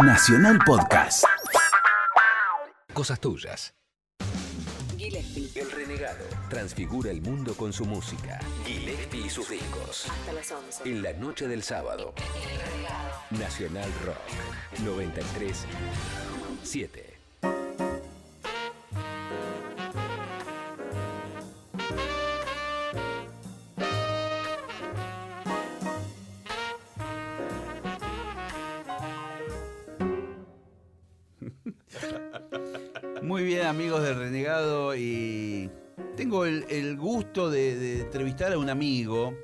Nacional Podcast. Cosas tuyas. Gillespie. El renegado transfigura el mundo con su música. Gillespie y sus discos. Hasta las 11. En la noche del sábado. Nacional Rock 93.7. Muy bien, amigos del Renegado, y tengo el gusto de entrevistar a un amigo,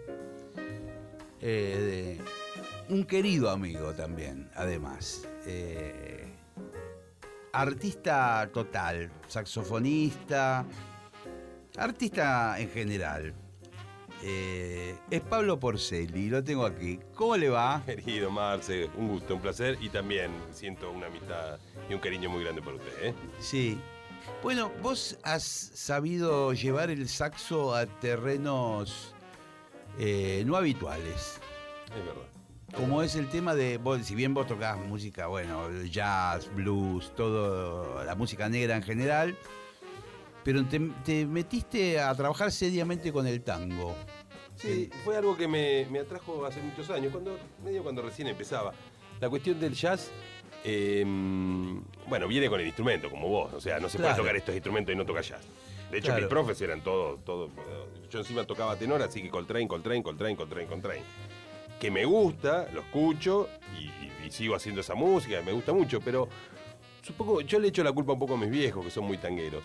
un querido amigo también, además. Artista total, saxofonista, artista en general. Es Pablo Porcelli, lo tengo aquí. ¿Cómo le va? Querido Marce, un gusto, un placer, y también siento una amistad y un cariño muy grande por usted, ¿eh? Sí. Bueno, vos has sabido llevar el saxo a terrenos no habituales. Es verdad. Como es el tema de, vos, si bien vos tocás música, bueno, jazz, blues, todo, la música negra en general, pero te metiste a trabajar seriamente con el tango. Sí, fue algo que me atrajo hace muchos años, cuando recién empezaba. La cuestión del jazz, bueno, viene con el instrumento, como vos, o sea, no se puede tocar estos instrumentos y no tocar jazz. De hecho, mis profes eran todo. Yo encima tocaba tenor, así que Coltrane. Que me gusta, lo escucho y sigo haciendo esa música, me gusta mucho, pero supongo, yo le echo la culpa un poco a mis viejos, que son muy tangueros.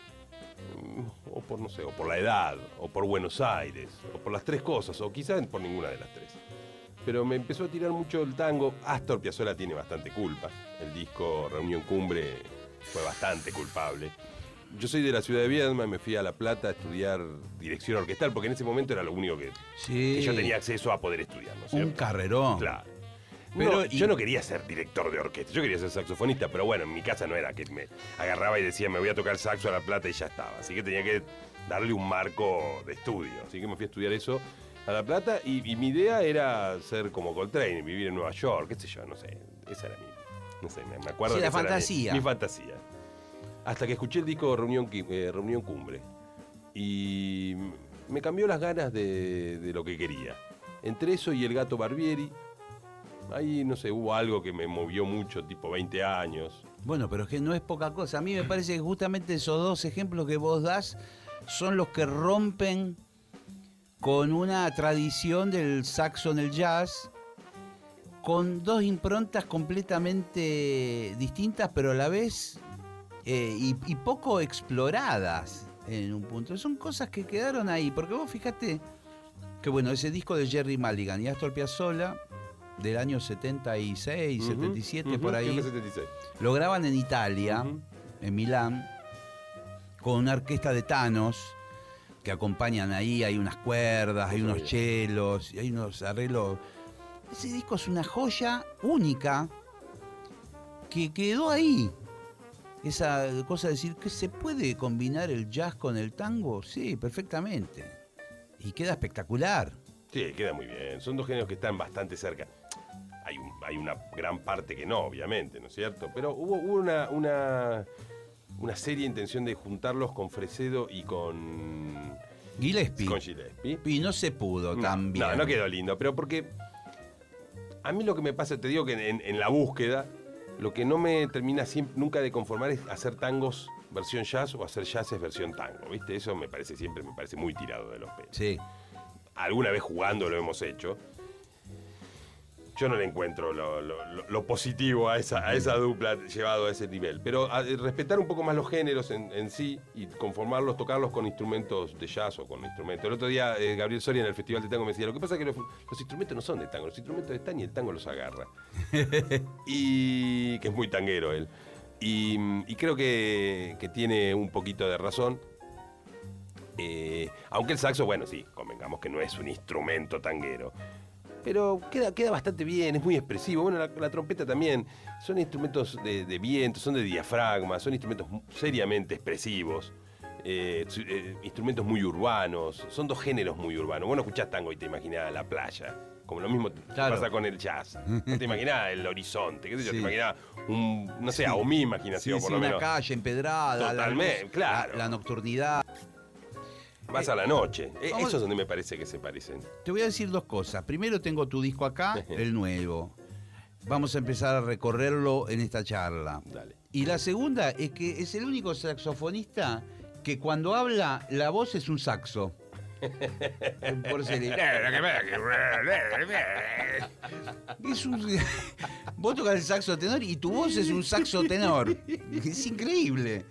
O por, no sé, o por la edad, o por Buenos Aires, o por las tres cosas, o quizás por ninguna de las tres. Pero me empezó a tirar mucho el tango. Astor Piazzolla tiene bastante culpa. El disco Reunión Cumbre fue bastante culpable. Yo soy de la ciudad de Viedma y me fui a La Plata a estudiar dirección orquestal, porque en ese momento era lo único que yo tenía acceso a poder estudiar, ¿no es cierto? Un carrerón. Claro. Pero, yo no quería ser director de orquesta, yo quería ser saxofonista, pero bueno, en mi casa no era que me agarraba y decía me voy a tocar saxo a La Plata y ya estaba. Así que tenía que darle un marco de estudio. Así que me fui a estudiar eso a La Plata y mi idea era ser como Coltrane, vivir en Nueva York, qué sé yo, no sé. Esa era me acuerdo sí, que la esa fantasía. era mi fantasía. Hasta que escuché el disco Reunión Cumbre y me cambió las ganas de lo que quería. Entre eso y El Gato Barbieri, ahí, no sé, hubo algo que me movió mucho, tipo 20 años. Bueno, pero es que no es poca cosa. A mí me parece que justamente esos dos ejemplos que vos das son los que rompen con una tradición del saxo en el jazz, con dos improntas completamente distintas, pero a la vez y poco exploradas en un punto. Son cosas que quedaron ahí, porque vos fíjate que, bueno, ese disco de Jerry Mulligan y Astor Piazzolla, del año 76, 77, por ahí, 76. lo graban en Italia, en Milán, con una orquesta de tanos que acompañan ahí, hay unas cuerdas, hay unos chelos, hay unos arreglos. Ese disco es una joya única que quedó ahí. Esa cosa de decir que se puede combinar el jazz con el tango, sí, perfectamente. Y queda espectacular. Sí, queda muy bien. Son dos géneros que están bastante cerca. Hay una gran parte que no, obviamente, ¿no es cierto? Pero hubo una seria intención de juntarlos con Fresedo y con Gillespie. Con Gillespie. Y no se pudo tan bien. No quedó lindo, pero porque a mí lo que me pasa, te digo que en la búsqueda, lo que no me termina nunca de conformar es hacer tangos versión jazz o hacer jazzes versión tango, ¿viste? Eso me parece muy tirado de los pelos. Sí. Alguna vez jugando lo hemos hecho. Yo no le encuentro lo positivo a esa dupla llevado a ese nivel. Pero respetar un poco más los géneros en sí y conformarlos, tocarlos con instrumentos de jazz o con instrumentos. El otro día Gabriel Soria en el Festival de Tango me decía, lo que pasa es que los instrumentos no son de tango, los instrumentos están y el tango los agarra. Y que es muy tanguero él. Y creo que tiene un poquito de razón. Aunque el saxo, bueno, sí, convengamos que no es un instrumento tanguero. Pero queda bastante bien, es muy expresivo. Bueno, la trompeta también. Son instrumentos de viento, son de diafragma, son instrumentos seriamente expresivos. Instrumentos muy urbanos. Son dos géneros muy urbanos. Vos no escuchás tango y te imaginás la playa Como lo mismo que Claro. pasa con el jazz. No te imaginás el horizonte, qué sé yo, Sí. te imaginás no sé, Sí. o mi imaginación Sí, por sí, lo una menos. calle empedrada, Totalmente, la luz, claro. la nocturnidad. Vas a la noche. Vamos- Eso es donde me parece que se parecen. Te voy a decir dos cosas. Primero tengo tu disco acá, el nuevo. Vamos a empezar a recorrerlo en esta charla. Dale. Y la segunda es que es el único saxofonista que cuando habla la voz es un saxo. Por ser- es un... Vos tocas el saxo tenor y tu voz es un saxo tenor. Es increíble.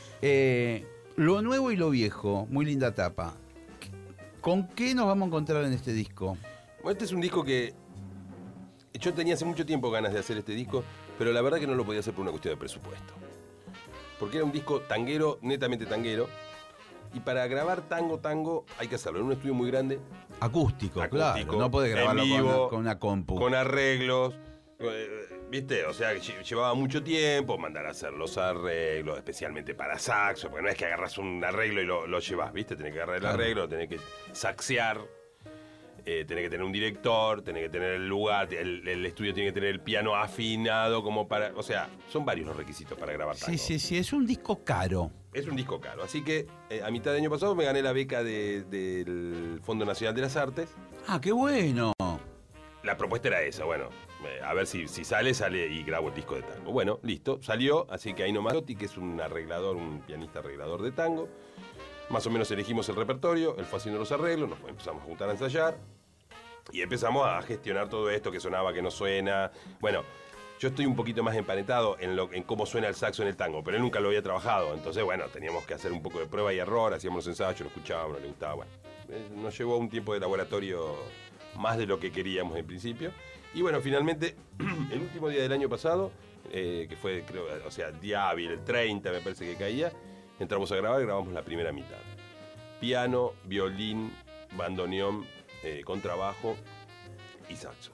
Lo nuevo y lo viejo, muy linda tapa. ¿Con qué nos vamos a encontrar en este disco? Bueno, este es un disco que yo tenía hace mucho tiempo ganas de hacer este disco, pero la verdad que no lo podía hacer por una cuestión de presupuesto. Porque era un disco tanguero, netamente tanguero, y para grabar tango hay que hacerlo en un estudio muy grande, Acústico, claro. acústico, No podés en grabarlo vivo, con una compu. con arreglos, ¿viste? O sea, llevaba mucho tiempo mandar a hacer los arreglos, especialmente para saxo, porque no es que agarras un arreglo y lo llevas, ¿viste? Tenés que agarrar el Claro. arreglo, tenés que saxear, tenés que tener un director, tenés que tener el lugar, el estudio tiene que tener el piano afinado como para... O sea, son varios los requisitos para grabar tango. Sí, es un disco caro. Es un disco caro, así que a mitad de año pasado me gané la beca del Fondo Nacional de las Artes. Ah, qué bueno. La propuesta era esa, bueno, a ver si sale y grabo el disco de tango. Bueno, listo, salió, así que ahí nomás Lotti, que es un arreglador, un pianista arreglador de tango. Más o menos elegimos el repertorio, él fue haciendo los arreglos, nos empezamos a juntar a ensayar y empezamos a gestionar todo esto, que sonaba, que no suena. Bueno, yo estoy un poquito más empanetado en cómo suena el saxo en el tango, pero él nunca lo había trabajado, entonces bueno, teníamos que hacer un poco de prueba y error, hacíamos los ensayos, lo escuchábamos, no le gustaba, bueno. Nos llevó un tiempo de laboratorio más de lo que queríamos en principio. Y bueno, finalmente, el último día del año pasado, que fue, creo, o sea, día hábil, el 30 me parece que caía, entramos a grabar y grabamos la primera mitad. Piano, violín, bandoneón, contrabajo y saxo.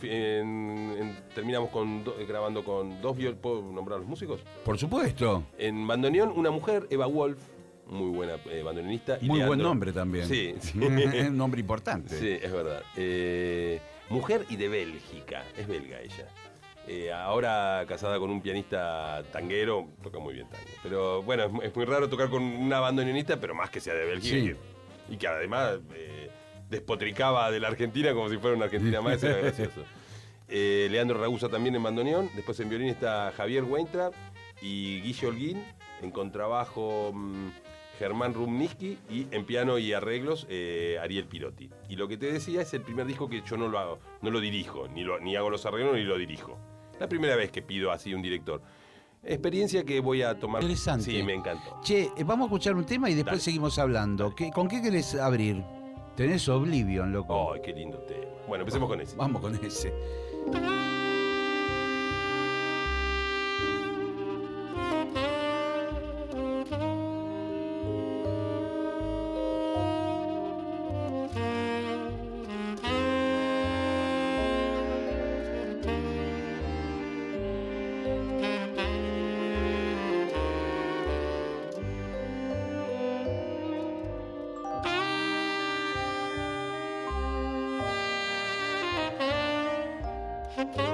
Terminamos grabando con dos violines. ¿Puedo nombrar a los músicos? Por supuesto. En bandoneón, una mujer, Eva Wolf, muy buena bandoneonista. y Muy buen Leandro. nombre también. Sí, sí. Un nombre importante. Sí, es verdad. Mujer y de Bélgica, es belga ella. Ahora casada con un pianista tanguero, toca muy bien tango. Pero bueno, es muy raro tocar con una bandoneonista, pero más que sea de Bélgica. Sí. Y que además despotricaba de la Argentina como si fuera una argentina más, era gracioso. Leandro Ragusa también en bandoneón. Después en violín está Javier Weintraub y Guille Holguín. En contrabajo Germán Rumniski y en piano y arreglos Ariel Pirotti. Y lo que te decía es el primer disco que yo no lo hago, no lo dirijo, ni hago los arreglos ni lo dirijo. La primera vez que pido así un director. Experiencia que voy a tomar. Interesante. Sí, me encantó. Che, vamos a escuchar un tema y después Dale. seguimos hablando. ¿Con qué querés abrir? Tenés Oblivion, loco. Ay, qué lindo tema. Bueno, empecemos con ese. Vamos con ese. Thank you.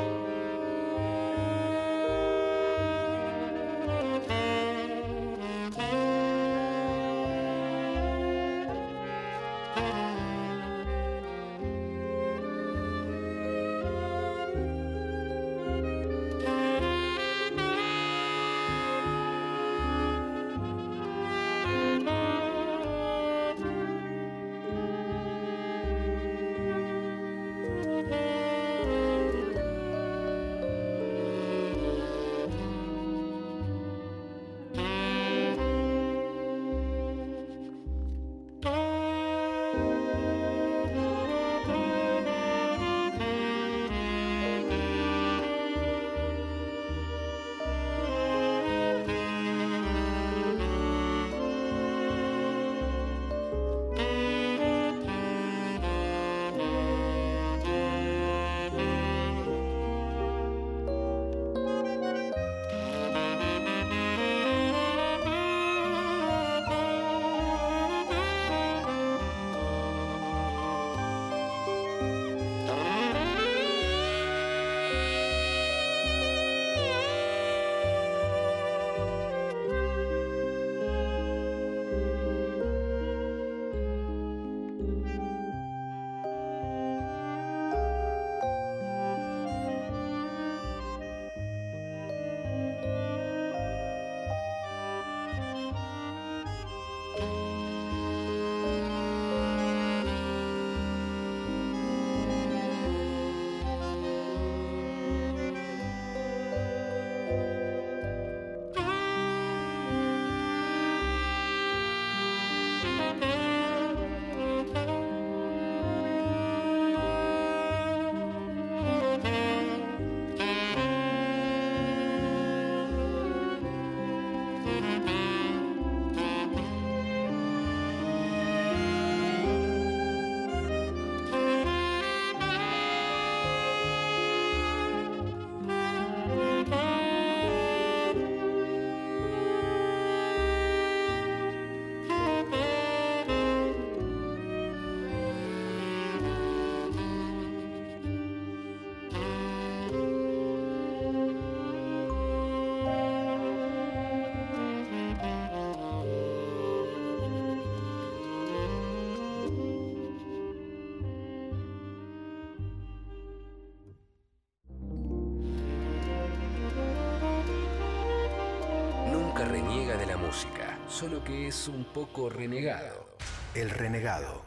fuera de la música, solo que es un poco renegado. El renegado.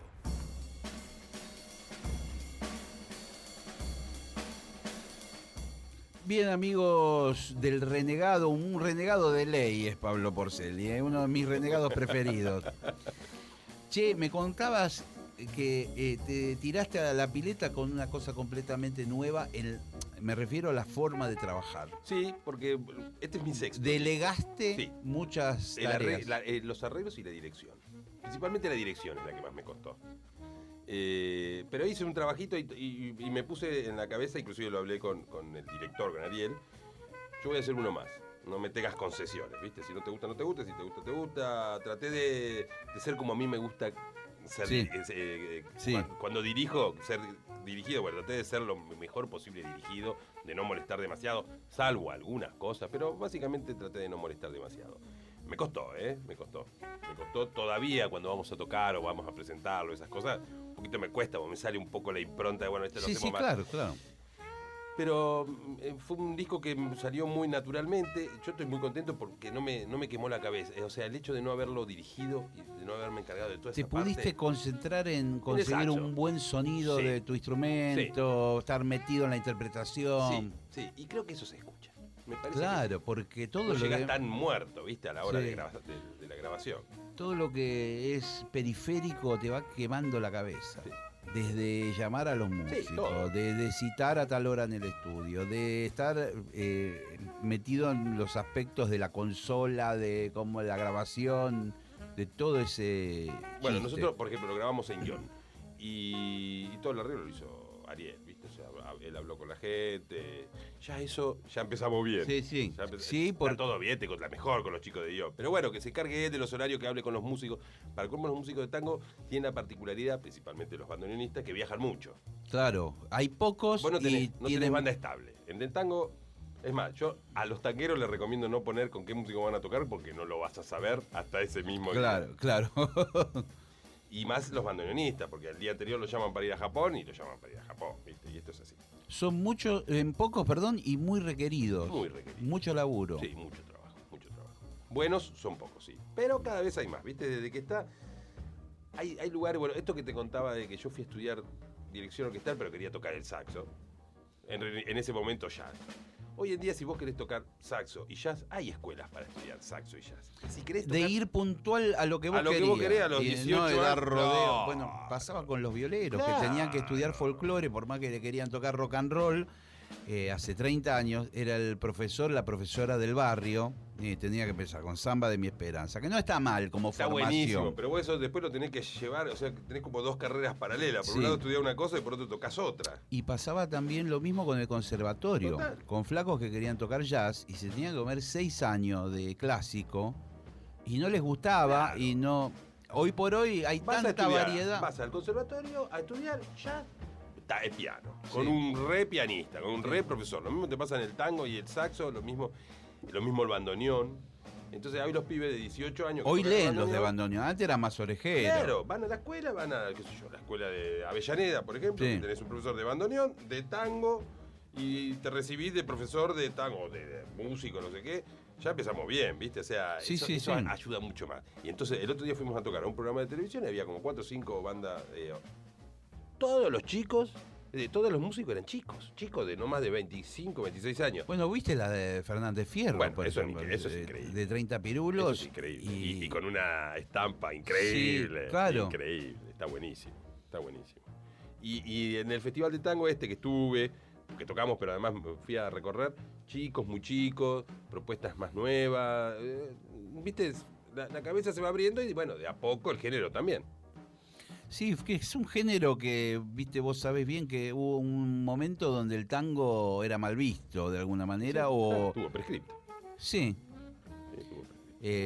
Bien, amigos del renegado, un renegado de ley es Pablo Porceli, uno de mis renegados preferidos. Che, me contabas que te tiraste a la pileta con una cosa completamente nueva, me refiero a la forma de trabajar. Sí, porque este es mi sexto. Delegaste Sí. muchas tareas. Los arreglos y la dirección. Principalmente la dirección es la que más me costó. Pero hice un trabajito y me puse en la cabeza, inclusive lo hablé con el director, con Ariel. Yo voy a hacer uno más. No me tengas concesiones, ¿viste? Si no te gusta, no te gusta. Si te gusta, te gusta. Traté de ser como a mí me gusta ser. Sí. Sí. Cuando dirijo, ser dirigido, bueno, traté de ser lo mejor posible dirigido, de no molestar demasiado, salvo algunas cosas, pero básicamente traté de no molestar demasiado. Me costó, me costó. Me costó todavía cuando vamos a tocar o vamos a presentarlo, esas cosas, un poquito me cuesta, porque me sale un poco la impronta de, bueno, lo hacemos más. Claro, claro. Pero fue un disco que salió muy naturalmente. Yo estoy muy contento porque no me quemó la cabeza. O sea, el hecho de no haberlo dirigido y de no haberme encargado de toda esa parte. ¿Te pudiste concentrar en conseguir saxo. un buen sonido Sí. de tu instrumento, estar metido en la interpretación? Sí, y creo que eso se escucha. Me parece Claro, porque que todo no lo llegas que, tan muerto, ¿viste? A la hora Sí. de la grabación. todo lo que es periférico te va quemando la cabeza. Sí. Desde llamar a los músicos, todo. de citar a tal hora en el estudio, de estar metido en los aspectos de la consola, de cómo la grabación, de todo ese Bueno, chiste. nosotros, por ejemplo, lo grabamos en guión. Y todo el arreglo lo hizo Ariel, ¿viste? O sea, él habló con la gente. Ya eso, ya empezamos bien. Sí, sí. Ya Sí, está por- todo bien, te la mejor con los chicos de guión. Pero bueno, que se cargue él de los horarios, que hable con los músicos. Para cómo los músicos de tango tienen la particularidad, principalmente los bandoneonistas, que viajan mucho. Claro, hay pocos Vos no tenés, y no tenés tienen banda estable. En el tango, es más, yo a los tangueros les recomiendo no poner con qué músico van a tocar porque no lo vas a saber hasta ese mismo día. Claro. Y más los bandoneonistas, porque el día anterior lo llaman para ir a Japón y lo llaman para ir a Japón, ¿viste? Y esto es así. Son muchos, pocos, perdón, y muy requeridos. Muy requeridos. Mucho laburo. Sí, mucho trabajo, mucho trabajo. Buenos son pocos, sí. Pero cada vez hay más, ¿viste? Desde que está... Hay lugares, bueno, esto que te contaba de que yo fui a estudiar dirección orquestal, pero quería tocar el saxo. En ese momento jazz. Hoy en día, si vos querés tocar saxo y jazz, hay escuelas para estudiar saxo y jazz. Si querés tocar... De ir puntual a lo que vos A lo que querías. vos querés, a los Y 18 no de dar años. rodeo. No. Bueno, pasaba con los violeros, Claro. que tenían que estudiar folclore, por más que le querían tocar rock and roll. Hace 30 años era el profesor, la profesora del barrio, y tenía que empezar con Samba de mi Esperanza, que no está mal como Está formación. buenísimo, pero vos eso después lo tenés que llevar, o sea, tenés como dos carreras paralelas. Por Sí. un lado estudiar una cosa y por otro tocas otra. Y pasaba también lo mismo con el conservatorio, Total. con flacos que querían tocar jazz y se tenían que comer 6 años de clásico y no les gustaba. Claro. Y no... Hoy por hoy hay Vas a tanta estudiar, variedad. Vas al conservatorio a estudiar jazz. Es piano, con Sí. un re pianista, con un re profesor. Lo mismo te pasa en el tango y el saxo, lo mismo el bandoneón. Entonces hoy los pibes de 18 años... que Hoy tocan leen los de bandoneón, antes era más orejero. Claro, van a la escuela, van a, qué sé yo, la escuela de Avellaneda, por ejemplo, Sí. que tenés un profesor de bandoneón, de tango, y te recibís de profesor de tango, de músico, no sé qué. Ya empezamos bien, ¿viste? O sea, Sí, eso, sí, eso sí. ayuda mucho más. Y entonces el otro día fuimos a tocar a un programa de televisión y había como 4 o 5 bandas. Todos los chicos, todos los músicos eran chicos de no más de 25, 26 años. Bueno, ¿viste la de Fernández Fierro, Bueno, por eso es ejemplo? increíble, eso es de- increíble. De 30 Eso pirulos. es increíble. Y con una estampa increíble. Sí, claro. Increíble. Está buenísimo. Está buenísimo. Y en el Festival de Tango que estuve, que tocamos, pero además fui a recorrer, chicos, muy chicos, propuestas más nuevas. ¿Viste? La cabeza se va abriendo y bueno, de a poco el género también. Sí, que es un género que, viste, vos sabés bien que hubo un momento donde el tango era mal visto de alguna manera, o... Estuvo prescripto. Sí. Estuvo prescripto.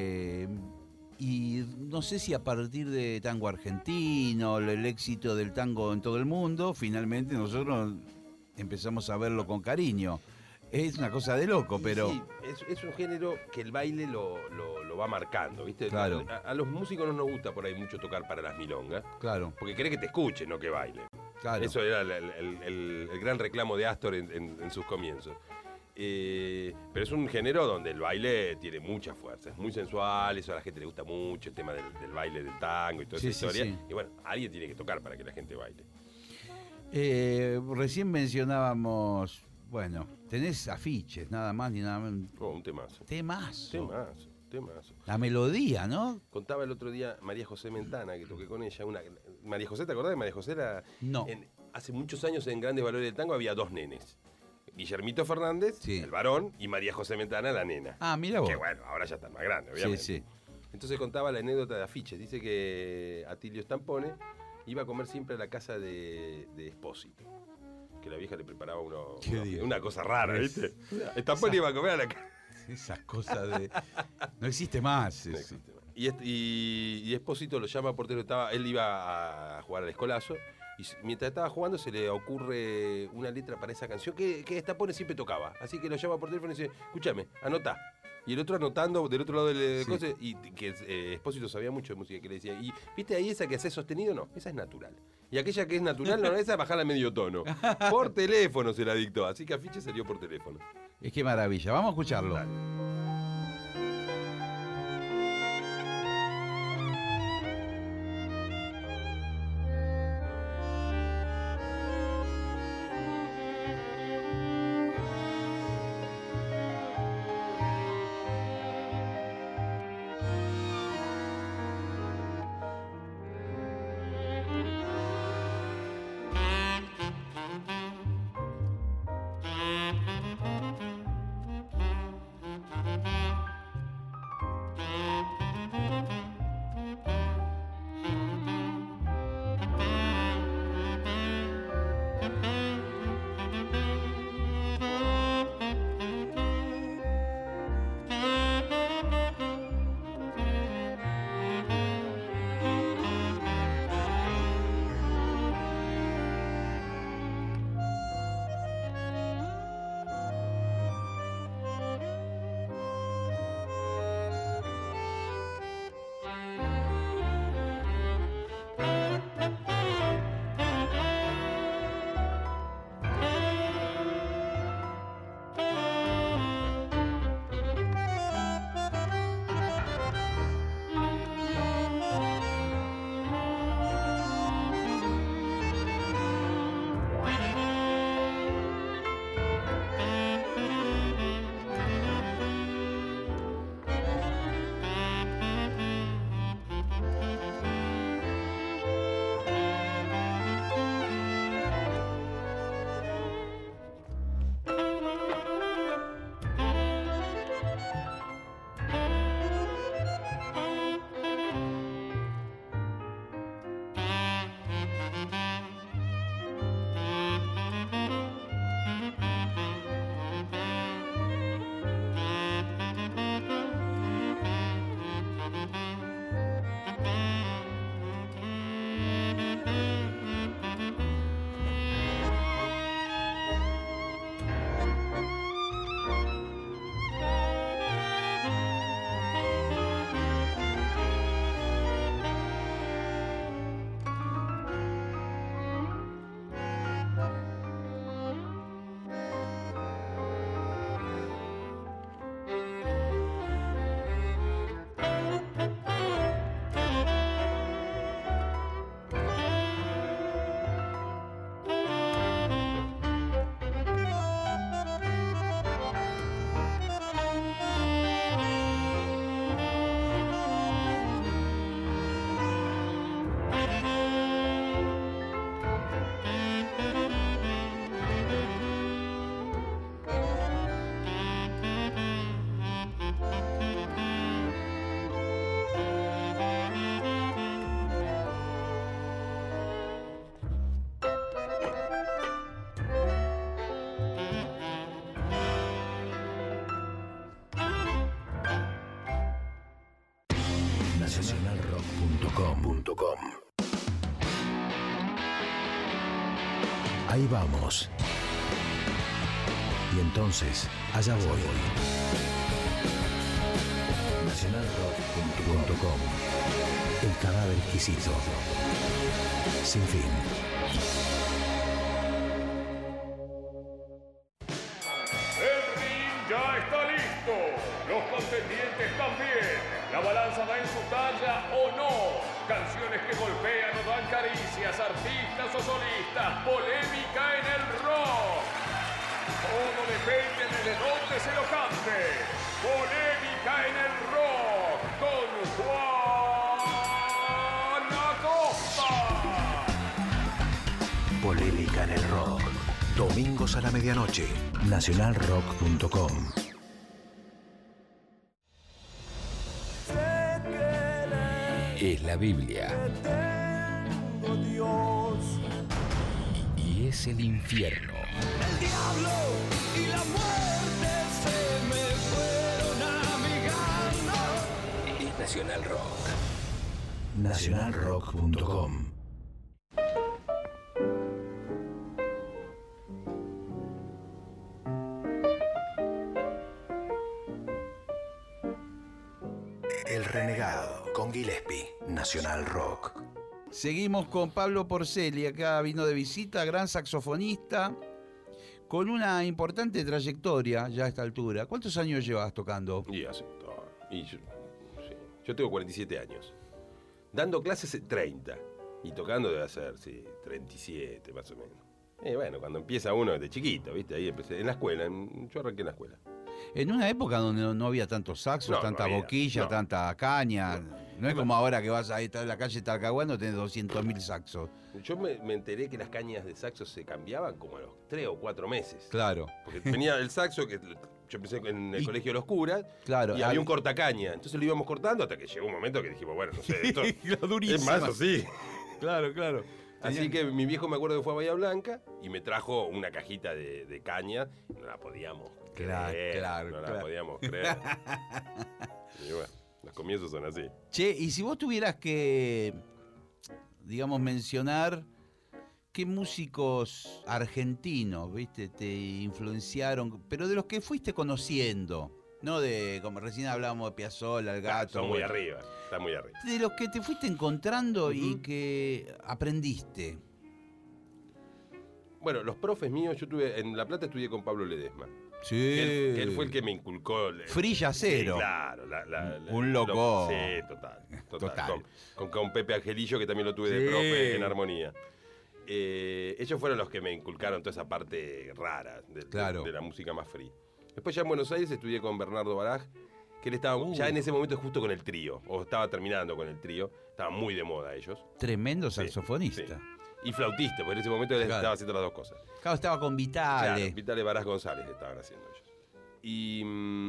Y no sé si a partir de tango argentino, el éxito del tango en todo el mundo, finalmente nosotros empezamos a verlo con cariño. Es una cosa de loco, Y pero... sí, es un género que el baile lo va marcando, ¿viste? Claro. A los músicos no nos gusta por ahí mucho tocar para las milongas, Claro, porque querés que te escuchen, no que bailen. claro. Eso era el gran reclamo de Astor en sus comienzos. Pero es un género donde el baile tiene mucha fuerza, es muy sensual, eso a la gente le gusta mucho, el tema del baile del tango y toda esa historia. Sí. Y bueno, alguien tiene que tocar para que la gente baile. Recién mencionábamos, bueno, tenés afiches, nada más ni nada menos. Un temazo. Temazo. La melodía, ¿no? Contaba el otro día María José Mentana, que toqué con ella. María José, ¿te acordás de María José? No. Hace muchos años en Grandes Valores del Tango había 2 nenes. Guillermito Fernández, Sí. el varón, y María José Mentana, la nena. Ah, mira vos. Que bueno, ahora ya están más grandes, obviamente. Sí. Entonces contaba la anécdota de afiches. Dice que Atilio Stampone iba a comer siempre a la casa de Espósito. Que la vieja le preparaba una cosa rara, ¿viste? Stampone iba a comer a la casa. Esas cosas de... No existe más. No existe más. Y Espósito lo llama portero. Él iba a jugar al escolazo. Y mientras estaba jugando se le ocurre una letra para esa canción que Stampone siempre tocaba. Así que lo llama por teléfono y dice, escúchame, anotá. Y el otro anotando del otro lado del coche, y que Espósito sabía mucho de música, que le decía, y viste ahí esa que hace sostenido, no, esa es natural. Y aquella que es natural, no, esa bajala a medio tono. Por teléfono se la dictó, así que afiche salió por teléfono. Es que maravilla, vamos a escucharlo. Dale. nacionalrock.com. Ahí vamos. Y entonces, allá voy. nacionalrock.com. El cadáver exquisito. Sin fin. El Ya está listo. Los contendientes también. La balanza da en su talla o no. Canciones que golpean o dan caricias, artistas o solistas. Polémica en el rock. Todo depende de dónde se lo cante. Polémica en el rock con Juan Acosta. Polémica en el rock. Domingos a la medianoche. Nacionalrock.com. Es la Biblia. Y es el infierno. El diablo y la muerte se me fueron amigando. Es Nacional Rock. Nacionalrock.com. El Renegado con Gillespie. Nacional Rock. Seguimos con Pablo Porceli, acá vino de visita, gran saxofonista, con una importante trayectoria ya a esta altura. ¿Cuántos años llevas tocando? Y hace todo. Y yo tengo 47 años. Dando clases 30. Y tocando debe ser, 37 más o menos. Bueno, cuando empieza uno de chiquito, ¿viste? Ahí empecé. En la escuela, yo arranqué en la escuela. En una época donde no había tantos saxos, No, tanta no había, boquilla, no. tanta caña. No es como ahora que vas ahí en la calle Talcahuano, tenés 200.000 saxos. Yo me enteré que las cañas de saxo se cambiaban como a los 3 o 4 meses. Claro. Porque tenía el saxo, que yo empecé en el colegio de los curas, Claro, y había un cortacaña. Entonces lo íbamos cortando hasta que llegó un momento que dijimos, bueno, no sé, esto es más así. Claro, claro. Así que mi viejo me acuerdo que fue a Bahía Blanca y me trajo una cajita de caña. No la podíamos creer. Claro, no la claro. podíamos creer. Y bueno, los comienzos son así. Che, y si vos tuvieras que, digamos, mencionar qué músicos argentinos, viste, te influenciaron, pero de los que fuiste conociendo, no de, como recién hablábamos de Piazzolla, El Gato. Son muy bueno, arriba, están muy arriba. de los que te fuiste encontrando y que aprendiste. Bueno, los profes míos, yo tuve, en La Plata estudié con Pablo Ledesma. Sí. Que él fue el que me inculcó. Frilla cero. Sí, claro. Un loco. Sí, total. Total. Con Pepe Angelillo, que también lo tuve de Sí. profe en armonía. Ellos fueron los que me inculcaron toda esa parte rara de la música más free. Después ya en Buenos Aires estudié con Bernardo Baraj, que él estaba ya en ese momento justo con el trío, o estaba terminando con el trío. Estaban muy de moda ellos. Tremendo Sí, saxofonista. sí. Y flautista, porque en ese momento él estaba haciendo las dos cosas. Claro, estaba con Vitale. Claro, Vitale Baraj González estaban haciendo ellos. Y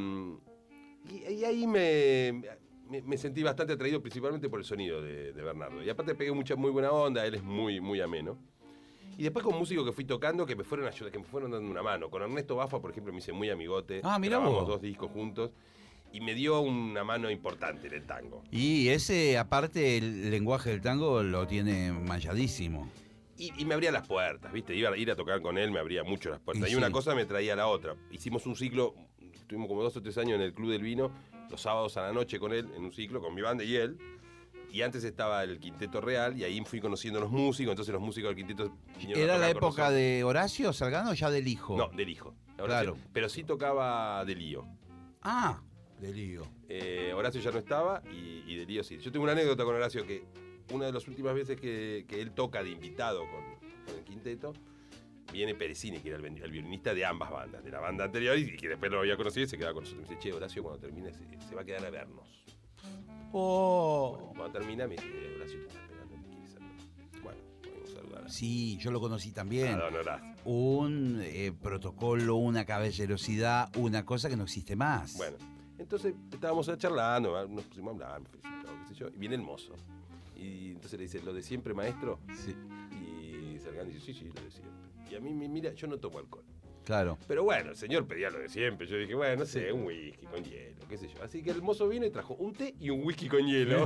ahí me sentí bastante atraído principalmente por el sonido de Bernardo. Y aparte pegué muy buena onda, él es muy, muy ameno. Y después con músicos que fui tocando que me fueron ayudando, que me fueron dando una mano. Con Ernesto Baffa, por ejemplo, me hice muy amigote. Ah, mirá grabamos vos. 2 discos juntos. Y me dio una mano importante en el tango. Y ese, aparte, el lenguaje del tango lo tiene manchadísimo. Y me abría las puertas, ¿viste? Ir a tocar con él me abría mucho las puertas. Y Y una sí. cosa me traía a la otra. Hicimos un ciclo, estuvimos como 2 o 3 años en el Club del Vino, los sábados a la noche con él, en un ciclo, con mi banda y él. Y antes estaba el Quinteto Real, y ahí fui conociendo a los músicos, entonces los músicos del Quinteto vinieron a ¿Era la tocar con época nosotros. de Horacio Salgado o ya del hijo? No, del hijo. Horacio, Claro. Pero sí tocaba de Lío. Ah, de lío. Horacio ya no estaba y de Lío sí. Yo tengo una anécdota con Horacio que una de las últimas veces que él toca de invitado con el Quinteto, viene Perecini, que era el violinista de ambas bandas, de la banda anterior y que después lo había conocido y se quedaba con nosotros. Me dice, che, Horacio, cuando termine se va a quedar a vernos. Oh. Cuando termina me dice, Horacio te está esperando, me quiere saludar. Bueno, podemos saludar. Sí, yo lo conocí también. A don Horacio. Un protocolo, una caballerosidad, una cosa que no existe más. Bueno, entonces estábamos charlando, nos pusimos a hablar, me felicitó, qué sé yo, y viene el mozo. Y entonces le dice, ¿lo de siempre, maestro? Sí. Y Salgado dice, sí, lo de siempre. Y a mí, mira, yo no tomo alcohol. Claro. Pero bueno, el señor pedía lo de siempre. Yo dije, bueno, no sé, un whisky con hielo, qué sé yo. Así que el mozo vino y trajo un té y un whisky con hielo.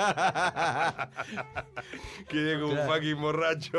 Quedé como un fucking borracho.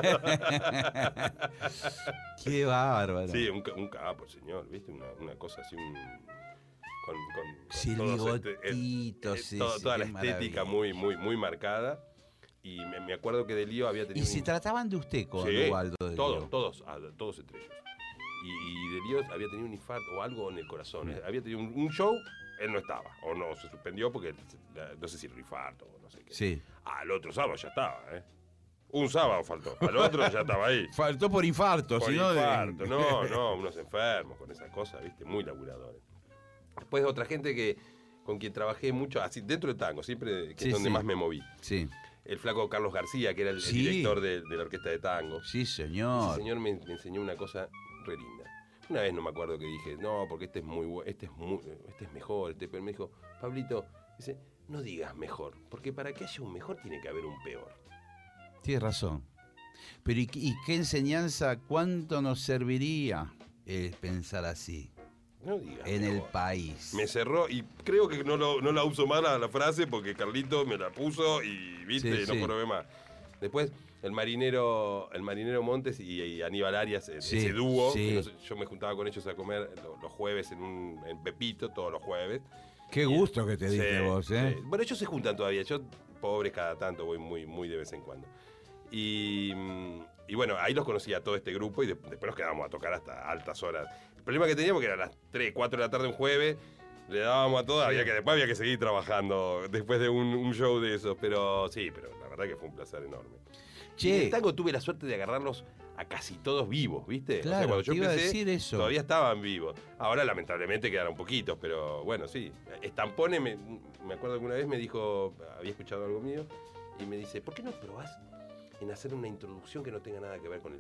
Qué bárbaro. Sí, un capo, señor, ¿viste? Una cosa así, con Sí, el todos bigotito, sí, toda sí, la qué estética maravilla. muy marcada. Y me acuerdo que de Lío había tenido. ¿Y se trataban de usted con Sí, Ubaldo de todos, Lío? todos entre ellos. y de Dios había tenido un infarto o algo en el corazón. Había tenido un show, él no estaba, o no, se suspendió porque no sé si el infarto o no sé qué. Sí. Al otro sábado ya estaba, ¿eh? Un sábado faltó, al otro ya estaba ahí. Faltó por infarto, Por si no. infarto, no, unos enfermos con esas cosas, viste, muy laburadores. Después otra gente con quien trabajé mucho, así dentro del tango, siempre que Sí, es donde sí. más me moví. Sí, El flaco Carlos García, que era el Sí. director de la orquesta de tango. sí, Ese señor. señor me enseñó una cosa re linda. Una vez no me acuerdo que dije, no, porque este es muy bueno, este es mejor, pero me dijo, Pablito, dice, no digas mejor, porque para que haya un mejor tiene que haber un peor. Tienes razón. Pero ¿y qué enseñanza, cuánto nos serviría pensar así No digas en el mejor. país? Me cerró y creo que no la uso más la frase porque Carlito me la puso y viste, Sí, no sí. probé más. Después el marinero Montes y Aníbal Arias, Sí, ese dúo, sí. que yo me juntaba con ellos a comer los jueves en Pepito, todos los jueves. Qué gusto que te Sí, diste vos, ¿eh? sí. Bueno, ellos se juntan todavía, yo pobre cada tanto voy muy de vez en cuando. Y bueno, ahí los conocí a todo este grupo y después nos quedábamos a tocar hasta altas horas. El problema que teníamos que eran las 3, 4 de la tarde un jueves, le dábamos a todo, después había que seguir trabajando después de un show de esos, pero sí, pero la verdad que fue un placer enorme. Y en Che, el tango tuve la suerte de agarrarlos a casi todos vivos, ¿viste? Claro, cuando yo te iba a empecé, decir eso. todavía estaban vivos. Ahora lamentablemente quedaron poquitos, pero bueno, sí. Estampone, me acuerdo que una vez me dijo, había escuchado algo mío, y me dice, ¿por qué no probás en hacer una introducción que no tenga nada que ver con el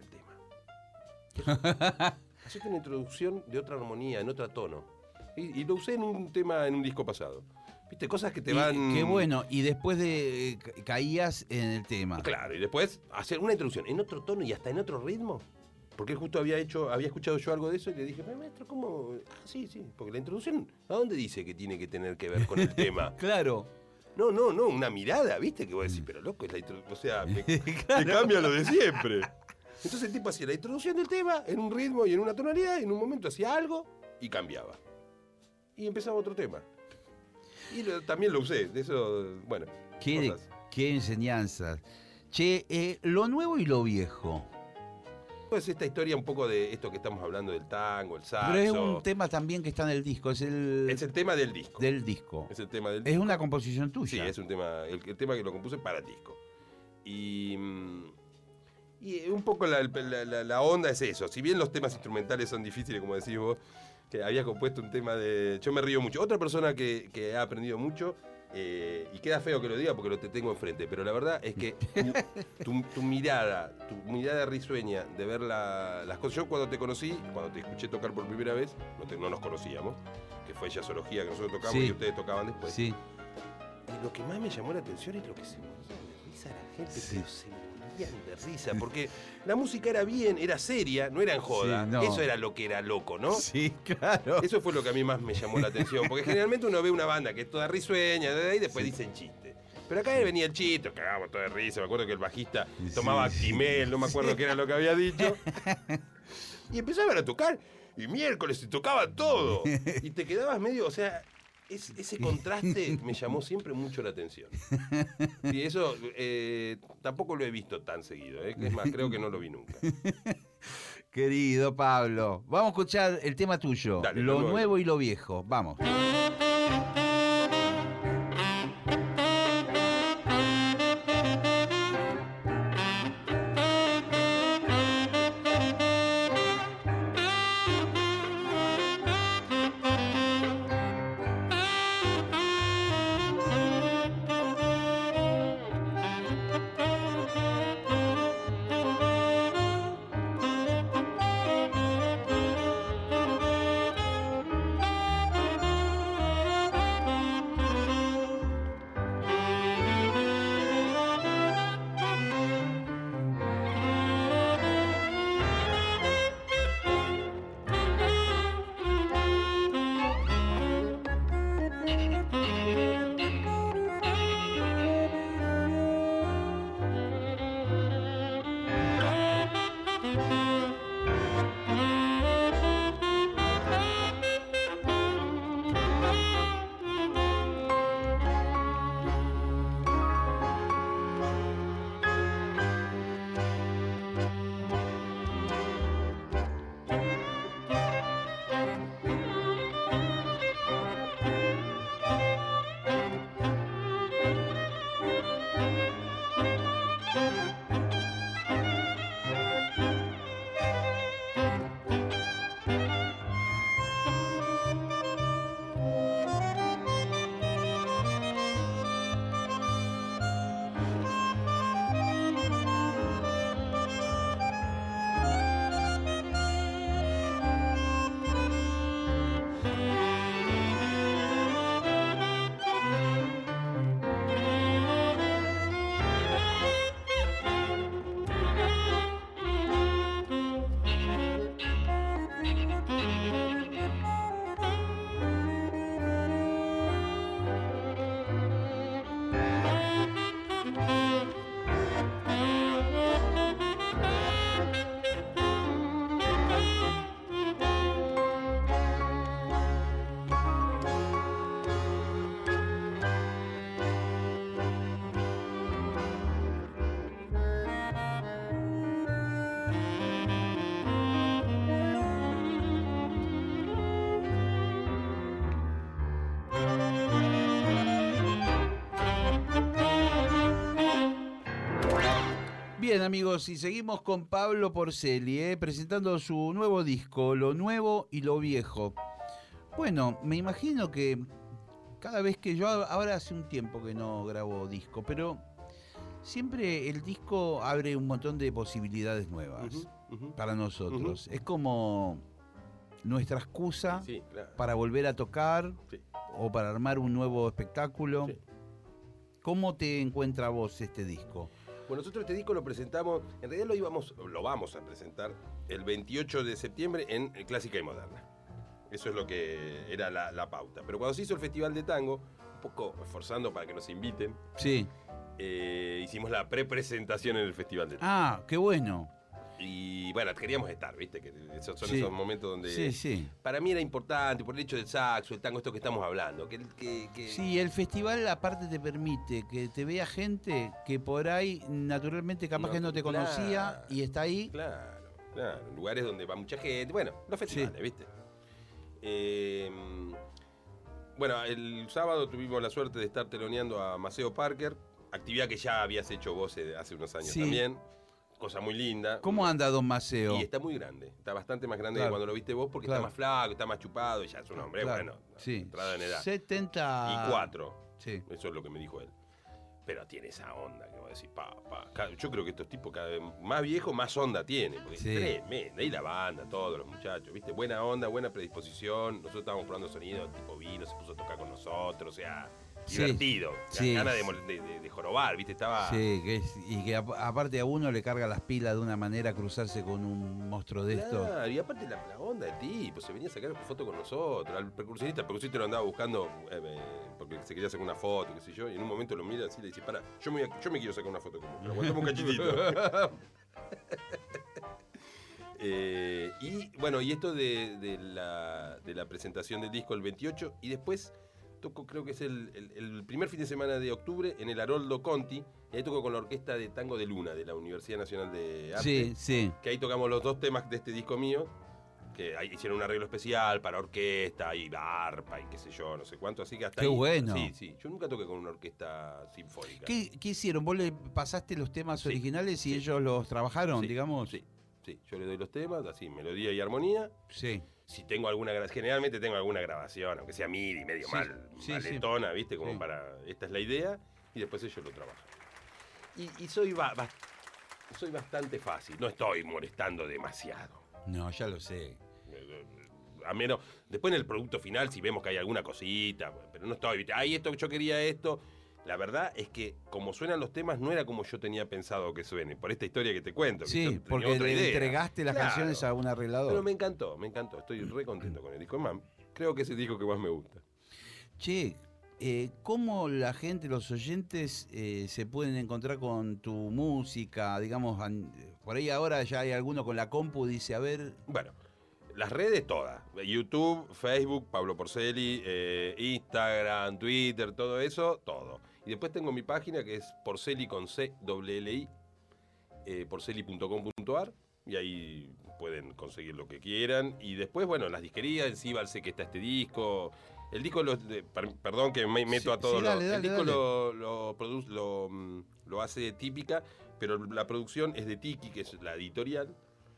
tema? Hacete una introducción de otra armonía, en otro tono. Y lo usé en un tema, en un disco pasado. ¿Viste? Cosas que te van... qué bueno, y después de caías en el tema. Claro, y después hacer una introducción en otro tono y hasta en otro ritmo. Porque él justo había escuchado yo algo de eso y le dije, maestro, ¿cómo? Ah, sí, porque la introducción, ¿a dónde dice que tiene que tener que ver con el tema? Claro. No, una mirada, ¿viste? Que vos decís, pero loco, es la introducción, o sea, me cambia lo de siempre. Entonces el tipo hacía la introducción del tema en un ritmo y en una tonalidad, y en un momento hacía algo y cambiaba. Y empezaba otro tema. Y también lo usé, de eso, bueno, Qué cosas. enseñanzas. Che, lo nuevo y lo viejo. Pues esta historia un poco de esto que estamos hablando del tango, el saxo. Pero es un tema también que está en el disco, es el tema del disco. del disco. Es el tema del Es disco. una composición Sí, tuya. es un tema, el tema que lo compuse para el disco. Y un poco la onda es eso. Si bien los temas instrumentales son difíciles, como decís vos, que había compuesto un tema de... Yo me río mucho. Otra persona que ha aprendido mucho, y queda feo que lo diga porque te tengo enfrente, pero la verdad es que tu mirada risueña de ver las cosas... Yo cuando te conocí, cuando te escuché tocar por primera vez, no nos conocíamos, que fue jazzología que nosotros tocamos Sí. y ustedes tocaban después. Sí. Y lo que más me llamó la atención es lo que se morían de risa la gente, Sí. pero se morían de risa, porque la música era seria, no era en joda. Sí, no. Eso era lo que era loco, ¿no? Sí, claro. Eso fue lo que a mí más me llamó la atención, porque generalmente uno ve una banda que es toda risueña, y después dicen chistes. Pero acá venía el chiste, cagábamos todo de risa, me acuerdo que el bajista tomaba Sí, sí. Actimel, no me acuerdo qué era lo que había dicho. Y empezaban a tocar, y miércoles se tocaba todo. Y te quedabas medio, o sea... Ese contraste me llamó siempre mucho la atención. Y eso tampoco lo he visto tan seguido. Es más, creo que no lo vi nunca. Querido Pablo, vamos a escuchar el tema tuyo, Dale, lo lo nuevo. nuevo y lo viejo. Vamos. Bien, amigos, y seguimos con Pablo Porceli, presentando su nuevo disco, Lo Nuevo y Lo Viejo. Bueno, me imagino que cada vez que yo, ahora hace un tiempo que no grabo disco, pero siempre el disco abre un montón de posibilidades nuevas para nosotros. Es como nuestra excusa Sí, claro. para volver a tocar Sí. o para armar un nuevo espectáculo. Sí. ¿Cómo te encuentra vos este disco? Bueno, nosotros este disco lo presentamos, en realidad lo vamos a presentar el 28 de septiembre en Clásica y Moderna. Eso es lo que era la pauta. Pero cuando se hizo el Festival de Tango, un poco esforzando para que nos inviten, Sí. hicimos la prepresentación en el Festival de Tango. Ah, qué bueno. Y bueno, queríamos estar, ¿viste? Que esos son Sí. esos momentos donde Sí, sí. para mí era importante por el hecho del saxo, el tango, esto que estamos hablando. Sí, el festival aparte te permite que te vea gente que por ahí naturalmente capaz No, que no te claro. conocía y está ahí. Claro, lugares donde va mucha gente. Bueno, los festivales, ¿viste? Bueno, el sábado tuvimos la suerte de estar teloneando a Maceo Parker, actividad que ya habías hecho vos hace unos años Sí. también. Cosa muy linda. ¿Cómo anda Don Maceo? Y está muy grande, está bastante más grande Claro. que cuando lo viste vos porque Claro. está más flaco, está más chupado y ya es un hombre, Claro, bueno, sí. entrada en edad. 74. 4. Sí. Eso es lo que me dijo él. Pero tiene esa onda que vos decís, yo creo que estos tipos cada vez más viejos, más onda tienen. Porque Sí. es tremenda. Y la banda, todos los muchachos, ¿viste? Buena onda, buena predisposición. Nosotros estábamos probando sonido, el tipo vino, se puso a tocar con nosotros, o sea, Sí. divertido. Sí. Ganas de jorobar, ¿viste? Estaba... Sí, y que aparte a uno le carga las pilas de una manera cruzarse con un monstruo de esto. Claro, y aparte la onda del tipo, se venía a sacar foto con nosotros. El percusionista lo andaba buscando porque se quería sacar una foto, qué sé yo, y en un momento lo mira así y le dice, para, yo me quiero sacar una foto con vos, pero aguantame un cachitito. Y bueno, y esto de la presentación del disco el 28, y después toco, creo que es el primer fin de semana de octubre en el Haroldo Conti, y ahí toco con la Orquesta de Tango de Luna de la Universidad Nacional de Arte. Sí, sí. Que ahí tocamos los 2 temas de este disco mío, que ahí hicieron un arreglo especial para orquesta y arpa y qué sé yo, no sé cuánto, así que hasta Qué ahí. bueno. Sí, yo nunca toqué con una orquesta sinfónica. ¿Qué hicieron? ¿Vos le pasaste los temas Sí, originales y sí. ellos los trabajaron, Sí, digamos? Sí, yo le doy los temas, así, melodía y armonía. Sí. Si tengo alguna generalmente tengo alguna grabación, aunque sea MIDI, medio Sí, maletona, ¿viste? Como Sí. para, esta es la idea, y después ellos lo trabajan. Y soy bastante fácil, no estoy molestando demasiado. No, ya lo sé. A menos, después en el producto final, si vemos que hay alguna cosita, pero no estoy, ¿viste? Ay, esto, yo quería esto. La verdad es que como suenan los temas no era como yo tenía pensado que suene, por esta historia que te cuento. Que yo Sí, tenía porque otra le idea. entregaste las Claro. canciones a un arreglador. Pero me encantó, estoy re contento con el disco. Más, creo que es el disco que más me gusta. Che, ¿cómo la gente, los oyentes, se pueden encontrar con tu música? Digamos, por ahí ahora ya hay alguno con la compu, dice, a ver... Bueno, las redes todas, YouTube, Facebook, Pablo Porceli, Instagram, Twitter, todo eso, todo. Y después tengo mi página que es Porceli con C-L-L-I, porceli.com.ar, y ahí pueden conseguir lo que quieran. Y después, bueno, las disquerías, en Cibalse que está este disco. El disco, perdón que me meto a todos sí, dale, el disco dale. lo hace Típica, pero la producción es de Tiki, que es la editorial.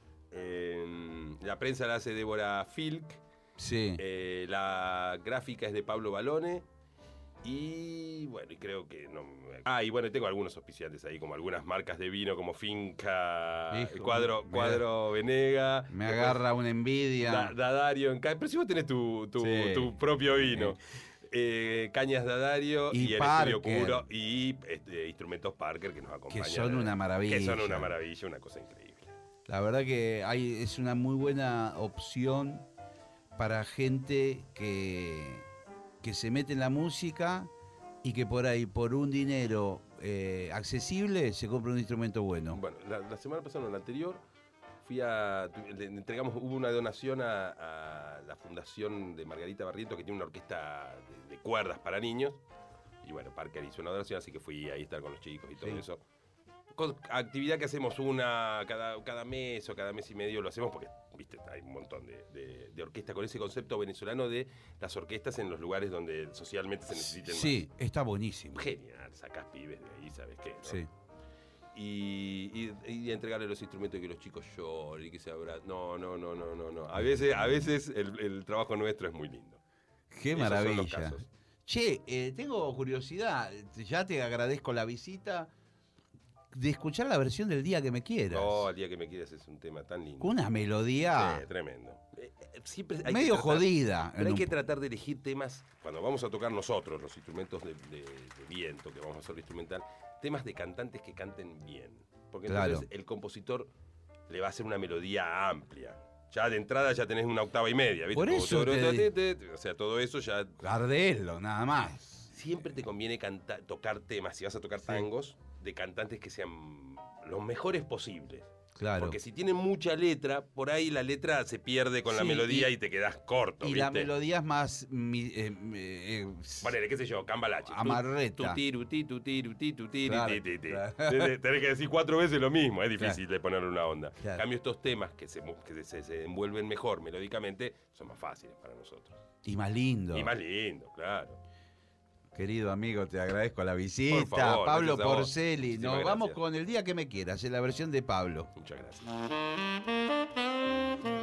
La prensa la hace Débora Filk. Sí. La gráfica es de Pablo Balone. Y bueno, y creo que no. Y bueno, tengo algunos auspiciantes ahí, como algunas marcas de vino, como Finca, Hijo, Cuadro Venega. Me Después, agarra una envidia. Dadario, pero si vos tenés tu propio vino. Cañas Dadario Y y el Parker. Estudio Curo y Instrumentos Parker que nos acompañan. Que son una maravilla. Que son una maravilla, una cosa increíble. La verdad que es una muy buena opción para gente que se mete en la música y que por ahí, por un dinero accesible, se compra un instrumento bueno. Bueno, la semana pasada, no, la anterior, le entregamos, hubo una donación a la fundación de Margarita Barrientos, que tiene una orquesta de cuerdas para niños. Y bueno, Parker hizo una donación, así que fui ahí a estar con los chicos y todo Sí. eso. Actividad que hacemos una cada mes o cada mes y medio, lo hacemos porque, viste, hay un montón de orquestas con ese concepto venezolano de las orquestas en los lugares donde socialmente se necesiten Sí, está buenísimo. más. Genial, sacás pibes de ahí, ¿sabes qué? ¿no? Sí. y entregarle los instrumentos y que los chicos lloren y que se abran. No. A veces el trabajo nuestro es muy lindo. Qué Esos son los maravilla. casos. Che, tengo curiosidad, ya te agradezco la visita, de escuchar la versión del Día que me quieras. No, el día que me quieras es un tema tan lindo. Con una melodía Tremendo. Siempre hay medio que tratar, jodida. Pero hay que tratar de elegir temas, cuando vamos a tocar nosotros, los instrumentos de viento, que vamos a hacer instrumental, temas de cantantes que canten bien. Porque entonces el compositor le va a hacer una melodía amplia. Ya de entrada ya tenés una octava y media, ¿viste? Por eso o sea, todo eso ya... Gardelo, nada más. Siempre te conviene tocar temas, si vas a tocar tangos, de cantantes que sean los mejores posibles. Claro. Porque si tienen mucha letra, por ahí la letra se pierde con la melodía y te quedás corto, Y ¿viste? la melodía es más... Ponele, qué sé yo, cambalache. Amarreta. Tutiri, Claro, titi. claro. Tenés que decir 4 veces lo mismo, es difícil Claro. de ponerle una onda. Claro. En cambio, estos temas que se envuelven mejor melódicamente son más fáciles para nosotros. Y más lindo. Y más lindo, claro. Querido amigo, te agradezco la visita. Por favor, Pablo gracias a vos. Porceli. Muchísimas Nos vamos gracias. con El Día que me quieras, en la versión de Pablo. Muchas gracias.